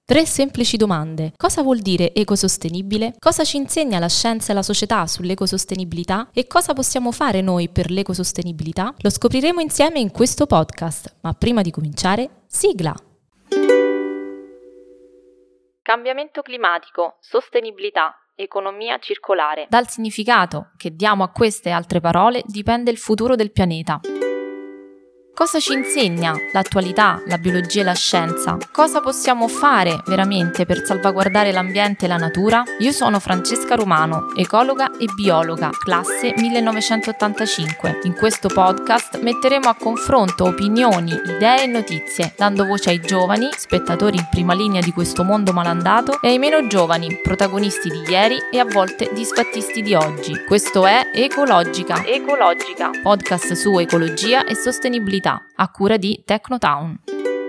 3 semplici domande. Cosa vuol dire ecosostenibile? Cosa ci insegna la scienza e la società sull'ecosostenibilità? E cosa possiamo fare noi per l'ecosostenibilità? Lo scopriremo insieme in questo podcast. Ma prima di cominciare, sigla! Cambiamento climatico, sostenibilità, economia circolare. Dal significato che diamo a queste e altre parole dipende il futuro del pianeta. Cosa ci insegna l'attualità, la biologia e la scienza? Cosa possiamo fare veramente per salvaguardare l'ambiente e la natura? Io sono Francesca Romano, ecologa e biologa, classe 1985. In questo podcast metteremo a confronto opinioni, idee e notizie, dando voce ai giovani, spettatori in prima linea di questo mondo malandato, e ai meno giovani, protagonisti di ieri e a volte disfattisti di oggi. Questo è Ecologica, podcast su ecologia e sostenibilità, a cura di Technotown.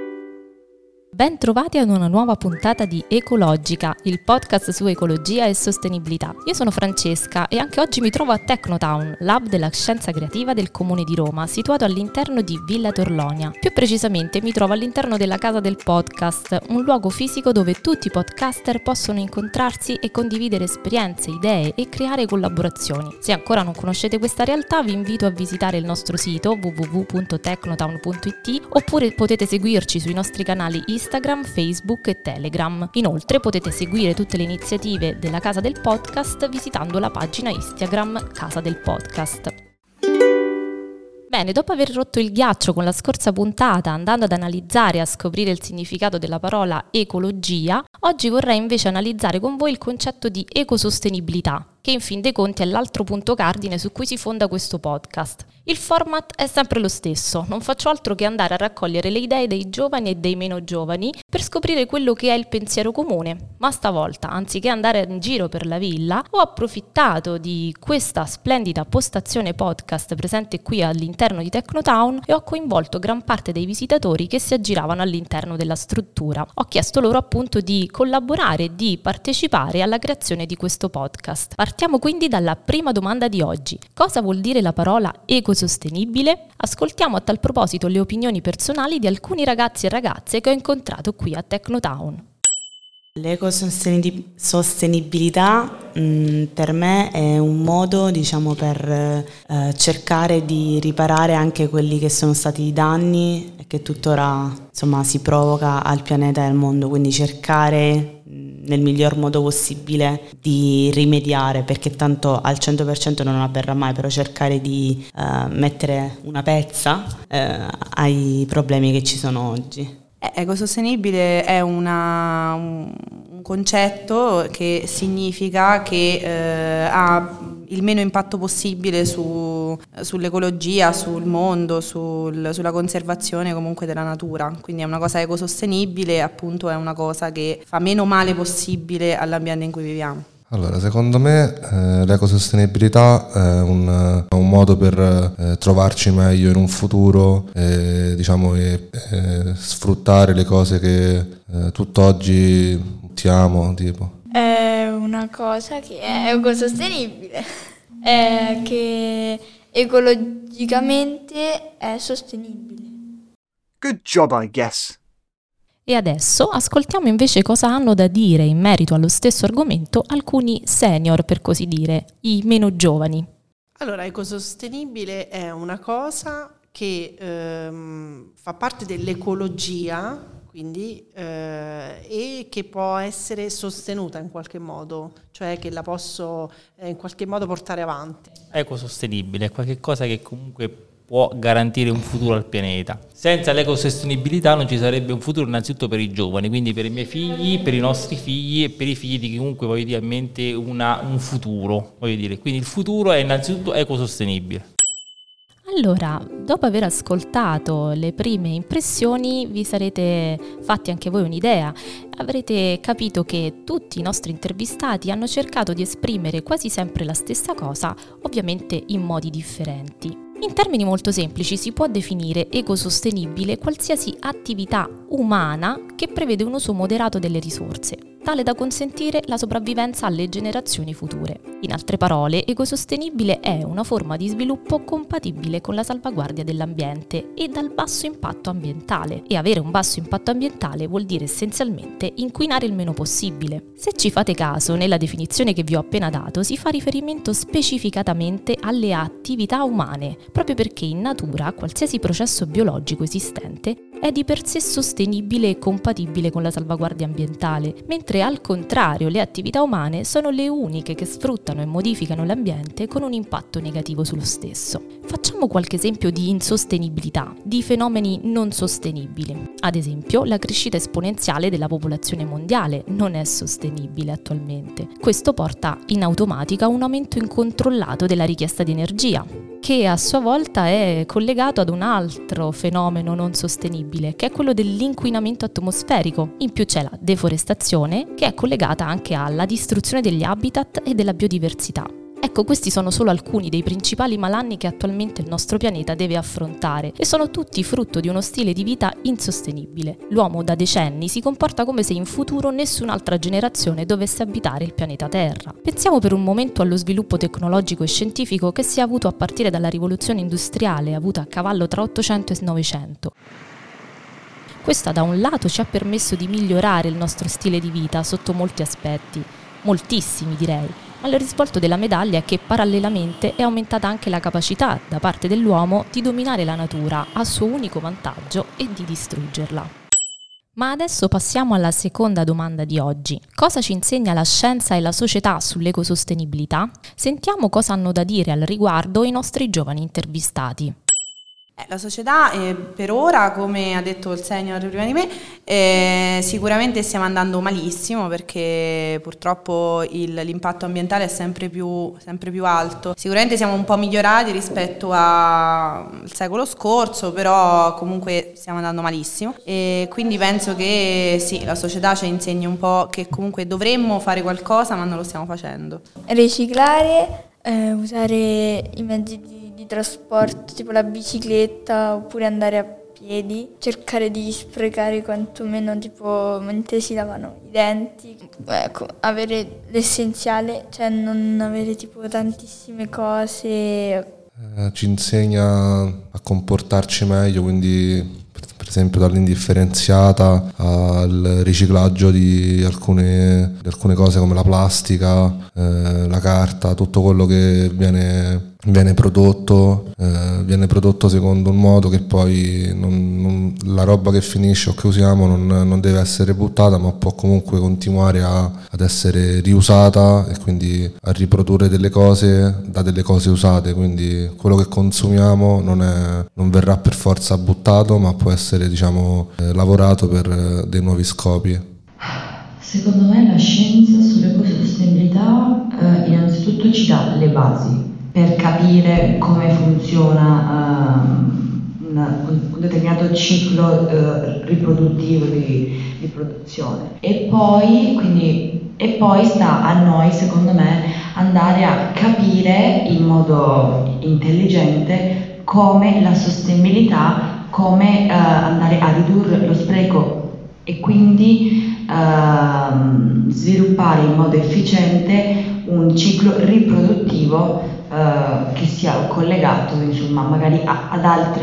Ben trovati ad una nuova puntata di Ecologica, il podcast su ecologia e sostenibilità. Io sono Francesca e anche oggi mi trovo a Technotown, l'hub della scienza creativa del Comune di Roma, situato all'interno di Villa Torlonia. Più precisamente mi trovo all'interno della Casa del Podcast, un luogo fisico dove tutti i podcaster possono incontrarsi e condividere esperienze, idee e creare collaborazioni. Se ancora non conoscete questa realtà, vi invito a visitare il nostro sito www.technotown.it oppure potete seguirci sui nostri canali Instagram, Facebook e Telegram. Inoltre potete seguire tutte le iniziative della Casa del Podcast visitando la pagina Instagram Casa del Podcast. Bene, dopo aver rotto il ghiaccio con la scorsa puntata, andando ad analizzare e a scoprire il significato della parola ecologia, oggi vorrei invece analizzare con voi il concetto di ecosostenibilità, che in fin dei conti è l'altro punto cardine su cui si fonda questo podcast. Il format è sempre lo stesso, non faccio altro che andare a raccogliere le idee dei giovani e dei meno giovani per scoprire quello che è il pensiero comune, ma stavolta, anziché andare in giro per la villa, ho approfittato di questa splendida postazione podcast presente qui all'interno di Technotown e ho coinvolto gran parte dei visitatori che si aggiravano all'interno della struttura. Ho chiesto loro appunto di collaborare e di partecipare alla creazione di questo podcast. Partiamo quindi dalla prima domanda di oggi. Cosa vuol dire la parola ecosostenibile? Ascoltiamo a tal proposito le opinioni personali di alcuni ragazzi e ragazze che ho incontrato qui a Technotown. L'ecosostenibilità per me è un modo, per cercare di riparare anche quelli che sono stati i danni che tuttora si provoca al pianeta e al mondo, quindi cercare nel miglior modo possibile di rimediare, perché tanto al 100% non avverrà mai, però cercare di mettere una pezza ai problemi che ci sono oggi. Ecosostenibile è un concetto che significa che ha il meno impatto possibile sull'ecologia, sul mondo, sulla conservazione comunque della natura. Quindi è una cosa ecosostenibile, appunto è una cosa che fa meno male possibile all'ambiente in cui viviamo. Allora, secondo me l'ecosostenibilità è un modo per trovarci meglio in un futuro e sfruttare le cose che tutt'oggi buttiamo, tipo. È una cosa che è ecosostenibile, che ecologicamente è sostenibile. Good job, I guess. E adesso ascoltiamo invece cosa hanno da dire in merito allo stesso argomento alcuni senior, per così dire, i meno giovani. Allora, ecosostenibile è una cosa che fa parte dell'ecologia, quindi, e che può essere sostenuta in qualche modo, cioè che la posso in qualche modo portare avanti. Ecosostenibile è qualcosa che comunque può garantire un futuro al pianeta. Senza l'ecosostenibilità non ci sarebbe un futuro innanzitutto per i giovani, quindi per i miei figli, per i nostri figli e per i figli di chiunque ha in mente un futuro, Quindi il futuro è innanzitutto ecosostenibile. Allora, dopo aver ascoltato le prime impressioni, vi sarete fatti anche voi un'idea. Avrete capito che tutti i nostri intervistati hanno cercato di esprimere quasi sempre la stessa cosa, ovviamente in modi differenti. In termini molto semplici si può definire ecosostenibile qualsiasi attività umana che prevede un uso moderato delle risorse. tale da consentire la sopravvivenza alle generazioni future. In altre parole, ecosostenibile è una forma di sviluppo compatibile con la salvaguardia dell'ambiente e dal basso impatto ambientale. E avere un basso impatto ambientale vuol dire essenzialmente inquinare il meno possibile. Se ci fate caso, nella definizione che vi ho appena dato si fa riferimento specificatamente alle attività umane, proprio perché in natura qualsiasi processo biologico esistente è di per sé sostenibile e compatibile con la salvaguardia ambientale, mentre al contrario le attività umane sono le uniche che sfruttano e modificano l'ambiente con un impatto negativo sullo stesso. Facciamo qualche esempio di insostenibilità, di fenomeni non sostenibili. Ad esempio, la crescita esponenziale della popolazione mondiale non è sostenibile attualmente. Questo porta in automatica a un aumento incontrollato della richiesta di energia, che a sua volta è collegato ad un altro fenomeno non sostenibile, che è quello dell'inquinamento atmosferico. In più c'è la deforestazione, che è collegata anche alla distruzione degli habitat e della biodiversità. Ecco, questi sono solo alcuni dei principali malanni che attualmente il nostro pianeta deve affrontare e sono tutti frutto di uno stile di vita insostenibile. L'uomo da decenni si comporta come se in futuro nessun'altra generazione dovesse abitare il pianeta Terra. Pensiamo per un momento allo sviluppo tecnologico e scientifico che si è avuto a partire dalla rivoluzione industriale avuta a cavallo tra 800 e 900. Questa da un lato ci ha permesso di migliorare il nostro stile di vita sotto molti aspetti, moltissimi direi, ma il risvolto della medaglia è che parallelamente è aumentata anche la capacità da parte dell'uomo di dominare la natura a suo unico vantaggio e di distruggerla. Ma adesso passiamo alla seconda domanda di oggi. Cosa ci insegna la scienza e la società sull'ecosostenibilità? Sentiamo cosa hanno da dire al riguardo i nostri giovani intervistati. La società per ora, come ha detto il senior prima di me, sicuramente stiamo andando malissimo perché purtroppo l'impatto ambientale è sempre più alto. Sicuramente siamo un po' migliorati rispetto al secolo scorso, però comunque stiamo andando malissimo e quindi penso che sì, la società ci insegni un po' che comunque dovremmo fare qualcosa ma non lo stiamo facendo. Riciclare, usare i mezzi di trasporto tipo la bicicletta oppure andare a piedi, cercare di sprecare quantomeno tipo mentre si lavano i denti, ecco, avere l'essenziale, cioè non avere tipo tantissime cose. Ci insegna a comportarci meglio, quindi per esempio dall'indifferenziata al riciclaggio di alcune cose come la plastica, la carta, tutto quello che viene prodotto secondo un modo che poi la roba che finisce o che usiamo non deve essere buttata, ma può comunque continuare ad essere riusata e quindi a riprodurre delle cose da delle cose usate, quindi quello che consumiamo non verrà per forza buttato, ma può essere lavorato per dei nuovi scopi. Secondo me la scienza sull'ecosostenibilità innanzitutto ci dà le basi per capire come funziona un determinato ciclo riproduttivo di produzione e poi sta a noi, secondo me, andare a capire in modo intelligente come la sostenibilità, come andare a ridurre lo spreco e quindi sviluppare in modo efficiente un ciclo riproduttivo che sia collegato insomma magari ad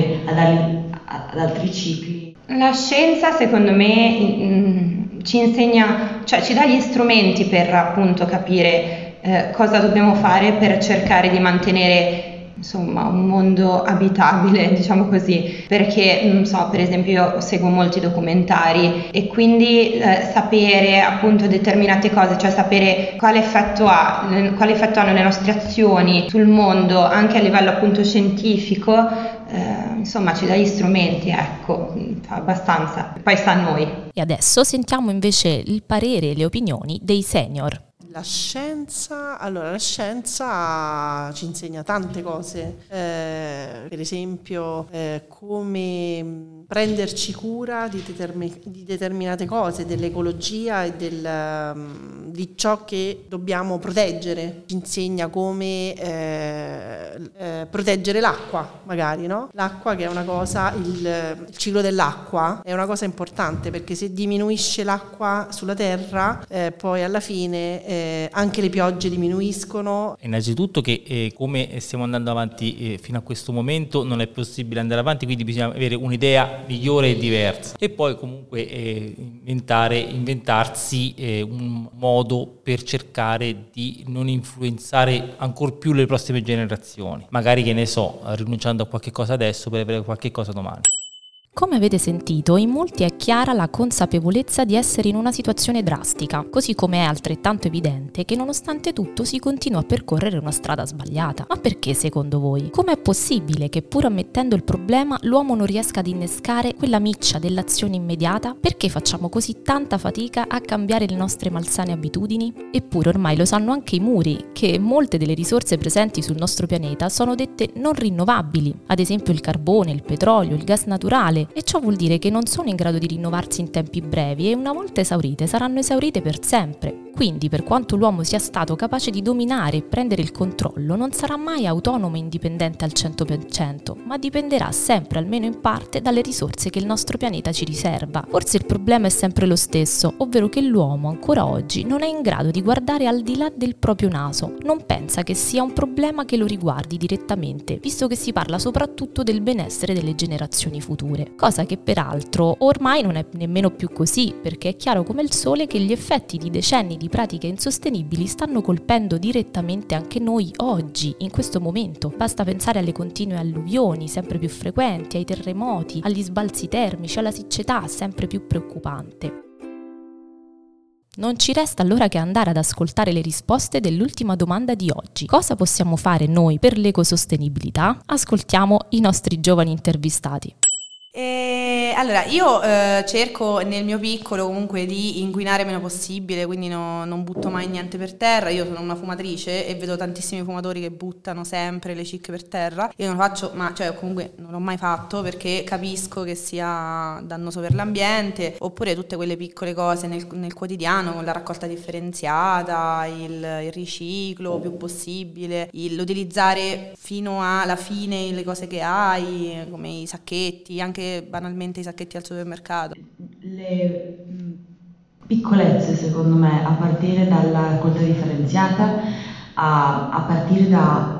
altri cicli. La scienza secondo me ci insegna, cioè ci dà gli strumenti per appunto capire cosa dobbiamo fare per cercare di mantenere insomma un mondo abitabile, diciamo così, perché non so, per esempio io seguo molti documentari e quindi sapere appunto determinate cose, cioè sapere quale effetto hanno le nostre azioni sul mondo anche a livello appunto scientifico, insomma ci dà gli strumenti, ecco, abbastanza, poi sta a noi. E adesso sentiamo invece il parere e le opinioni dei senior. La scienza ci insegna tante cose, per esempio come prenderci cura di determinate cose, dell'ecologia e di ciò che dobbiamo proteggere. Ci insegna come proteggere l'acqua, magari, no? L'acqua, che è una cosa, il ciclo dell'acqua è una cosa importante, perché se diminuisce l'acqua sulla terra, poi alla fine anche le piogge diminuiscono. Innanzitutto che come stiamo andando avanti fino a questo momento non è possibile andare avanti, quindi bisogna avere un'idea migliore e diversa, e poi comunque inventarsi un modo per cercare di non influenzare ancor più le prossime generazioni, magari, che ne so, rinunciando a qualche cosa adesso per avere qualche cosa domani. Come avete sentito, in molti è chiara la consapevolezza di essere in una situazione drastica, così come è altrettanto evidente che nonostante tutto si continua a percorrere una strada sbagliata. Ma perché secondo voi? Com'è possibile che pur ammettendo il problema l'uomo non riesca ad innescare quella miccia dell'azione immediata? Perché facciamo così tanta fatica a cambiare le nostre malsane abitudini? Eppure ormai lo sanno anche i muri, che molte delle risorse presenti sul nostro pianeta sono dette non rinnovabili, ad esempio il carbone, il petrolio, il gas naturale, e ciò vuol dire che non sono in grado di rinnovarsi in tempi brevi e una volta esaurite saranno esaurite per sempre. Quindi, per quanto l'uomo sia stato capace di dominare e prendere il controllo, non sarà mai autonomo e indipendente al 100%, ma dipenderà sempre, almeno in parte, dalle risorse che il nostro pianeta ci riserva. Forse il problema è sempre lo stesso, ovvero che l'uomo ancora oggi non è in grado di guardare al di là del proprio naso, non pensa che sia un problema che lo riguardi direttamente, visto che si parla soprattutto del benessere delle generazioni future. Cosa che peraltro ormai non è nemmeno più così, perché è chiaro come il sole che gli effetti di decenni di pratiche insostenibili stanno colpendo direttamente anche noi oggi, in questo momento. Basta pensare alle continue alluvioni sempre più frequenti, ai terremoti, agli sbalzi termici, alla siccità sempre più preoccupante. Non ci resta allora che andare ad ascoltare le risposte dell'ultima domanda di oggi. Cosa possiamo fare noi per l'ecosostenibilità? Ascoltiamo i nostri giovani intervistati. Allora, io cerco nel mio piccolo comunque di inquinare meno possibile, quindi non butto mai niente per terra. Io sono una fumatrice e vedo tantissimi fumatori che buttano sempre le cicche per terra. Io non lo faccio, comunque non l'ho mai fatto perché capisco che sia dannoso per l'ambiente. Oppure tutte quelle piccole cose nel quotidiano, con la raccolta differenziata, il riciclo più possibile, l'utilizzare fino alla fine le cose che hai, come i sacchetti, anche banalmente i sacchetti al supermercato. Le piccolezze, secondo me, a partire dalla raccolta differenziata, a partire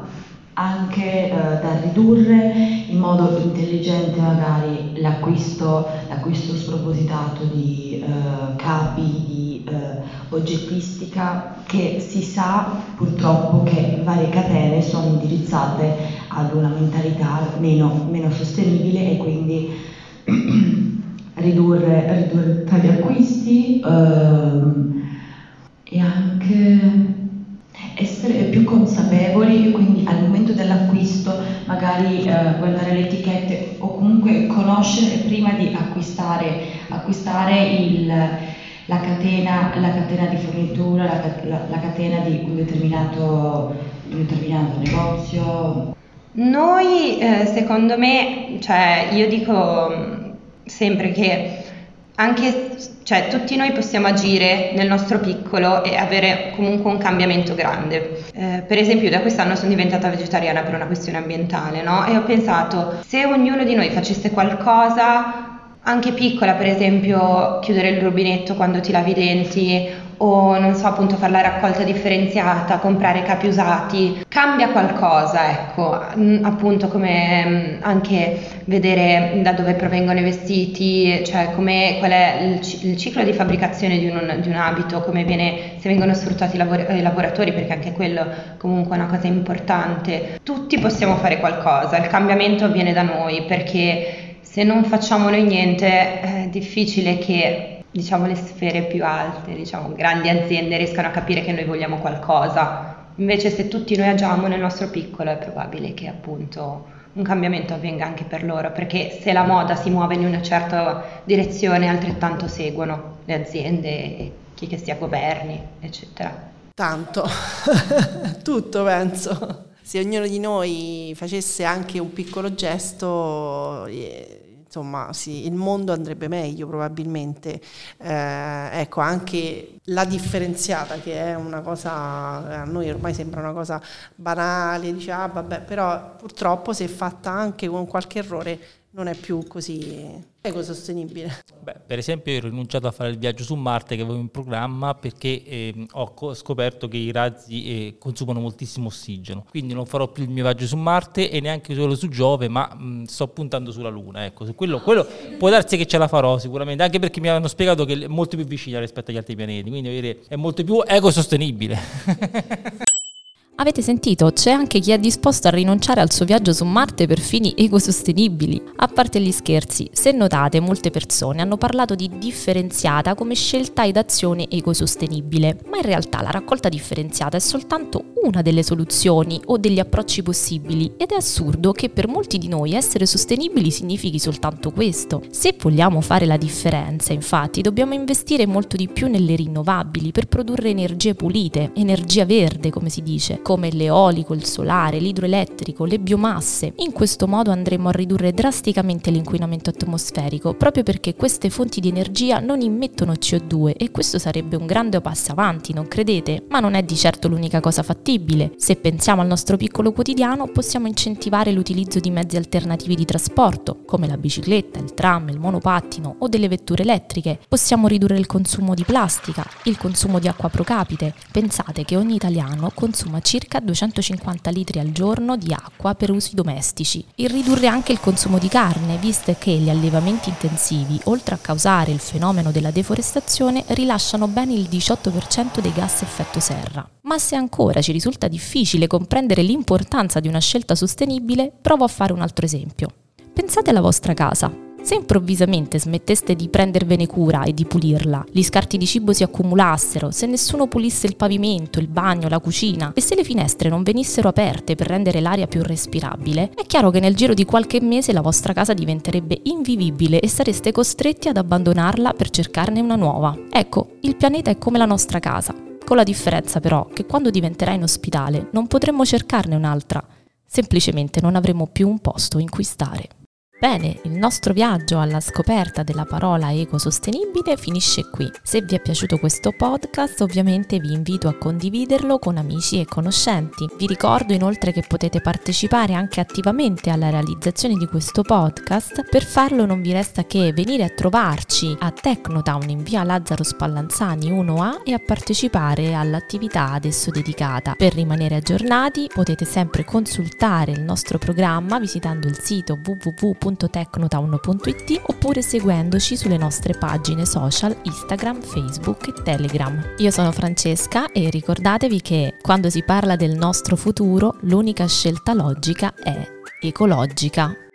anche da ridurre in modo intelligente magari l'acquisto spropositato di capi, di oggettistica, che si sa purtroppo che varie catene sono indirizzate ad una mentalità meno sostenibile, e quindi ridurre tali acquisti e anche essere più consapevoli, quindi al momento dell'acquisto magari guardare le etichette o comunque conoscere prima di acquistare la catena di fornitura, la catena di un determinato negozio. Noi, secondo me, io dico sempre che tutti noi possiamo agire nel nostro piccolo e avere comunque un cambiamento grande. Per esempio, da quest'anno sono diventata vegetariana per una questione ambientale, no? E ho pensato, se ognuno di noi facesse qualcosa anche piccola, per esempio chiudere il rubinetto quando ti lavi i denti, o non so, appunto fare la raccolta differenziata, comprare capi usati, cambia qualcosa, ecco, appunto come anche vedere da dove provengono i vestiti, cioè qual è il ciclo di fabbricazione di un abito, se vengono sfruttati i lavoratori, perché anche quello comunque è una cosa importante. Tutti possiamo fare qualcosa, il cambiamento avviene da noi, perché se non facciamo noi niente è difficile che le sfere più alte, grandi aziende riescano a capire che noi vogliamo qualcosa. Invece se tutti noi agiamo nel nostro piccolo è probabile che appunto un cambiamento avvenga anche per loro, perché se la moda si muove in una certa direzione, altrettanto seguono le aziende e chi che sia governi, eccetera. Tanto, tutto penso. Se ognuno di noi facesse anche un piccolo gesto, insomma il mondo andrebbe meglio probabilmente. Ecco, anche la differenziata, che è una cosa, a noi ormai sembra una cosa banale, dice vabbè, però purtroppo se fatta anche con qualche errore non è più così ecosostenibile. Per esempio io ho rinunciato a fare il viaggio su Marte che avevo in programma perché ho scoperto che i razzi consumano moltissimo ossigeno, quindi non farò più il mio viaggio su Marte e neanche solo su Giove, ma sto puntando sulla Luna. Ecco, su quello può darsi che ce la farò sicuramente, anche perché mi hanno spiegato che è molto più vicina rispetto agli altri pianeti, quindi è molto più ecosostenibile. Avete sentito? C'è anche chi è disposto a rinunciare al suo viaggio su Marte per fini ecosostenibili. A parte gli scherzi, se notate, molte persone hanno parlato di differenziata come scelta ed azione ecosostenibile, ma in realtà la raccolta differenziata è soltanto una delle soluzioni o degli approcci possibili ed è assurdo che per molti di noi essere sostenibili significhi soltanto questo. Se vogliamo fare la differenza, infatti, dobbiamo investire molto di più nelle rinnovabili per produrre energie pulite, energia verde, come si dice, come l'eolico, il solare, l'idroelettrico, le biomasse. In questo modo andremo a ridurre drasticamente l'inquinamento atmosferico, proprio perché queste fonti di energia non immettono CO2 e questo sarebbe un grande passo avanti, non credete? Ma non è di certo l'unica cosa fattibile. Se pensiamo al nostro piccolo quotidiano, possiamo incentivare l'utilizzo di mezzi alternativi di trasporto, come la bicicletta, il tram, il monopattino o delle vetture elettriche. Possiamo ridurre il consumo di plastica, il consumo di acqua pro capite. Pensate che ogni italiano consuma circa 250 litri al giorno di acqua per usi domestici. E ridurre anche il consumo di carne, visto che gli allevamenti intensivi, oltre a causare il fenomeno della deforestazione, rilasciano ben il 18% dei gas effetto serra. Ma se ancora ci risulta difficile comprendere l'importanza di una scelta sostenibile, provo a fare un altro esempio. Pensate alla vostra casa. Se improvvisamente smetteste di prendervene cura e di pulirla, gli scarti di cibo si accumulassero, se nessuno pulisse il pavimento, il bagno, la cucina e se le finestre non venissero aperte per rendere l'aria più respirabile, è chiaro che nel giro di qualche mese la vostra casa diventerebbe invivibile e sareste costretti ad abbandonarla per cercarne una nuova. Ecco, il pianeta è come la nostra casa, con la differenza però che quando diventerà inospitale non potremmo cercarne un'altra, semplicemente non avremo più un posto in cui stare. Bene, il nostro viaggio alla scoperta della parola ecosostenibile finisce qui. Se vi è piaciuto questo podcast, ovviamente vi invito a condividerlo con amici e conoscenti. Vi ricordo inoltre che potete partecipare anche attivamente alla realizzazione di questo podcast. Per farlo non vi resta che venire a trovarci a Technotown in via Lazzaro Spallanzani 1A e a partecipare all'attività ad esso dedicata. Per rimanere aggiornati potete sempre consultare il nostro programma visitando il sito www.technotown.it oppure seguendoci sulle nostre pagine social Instagram, Facebook e Telegram. Io sono Francesca e ricordatevi che quando si parla del nostro futuro l'unica scelta logica è ecologica.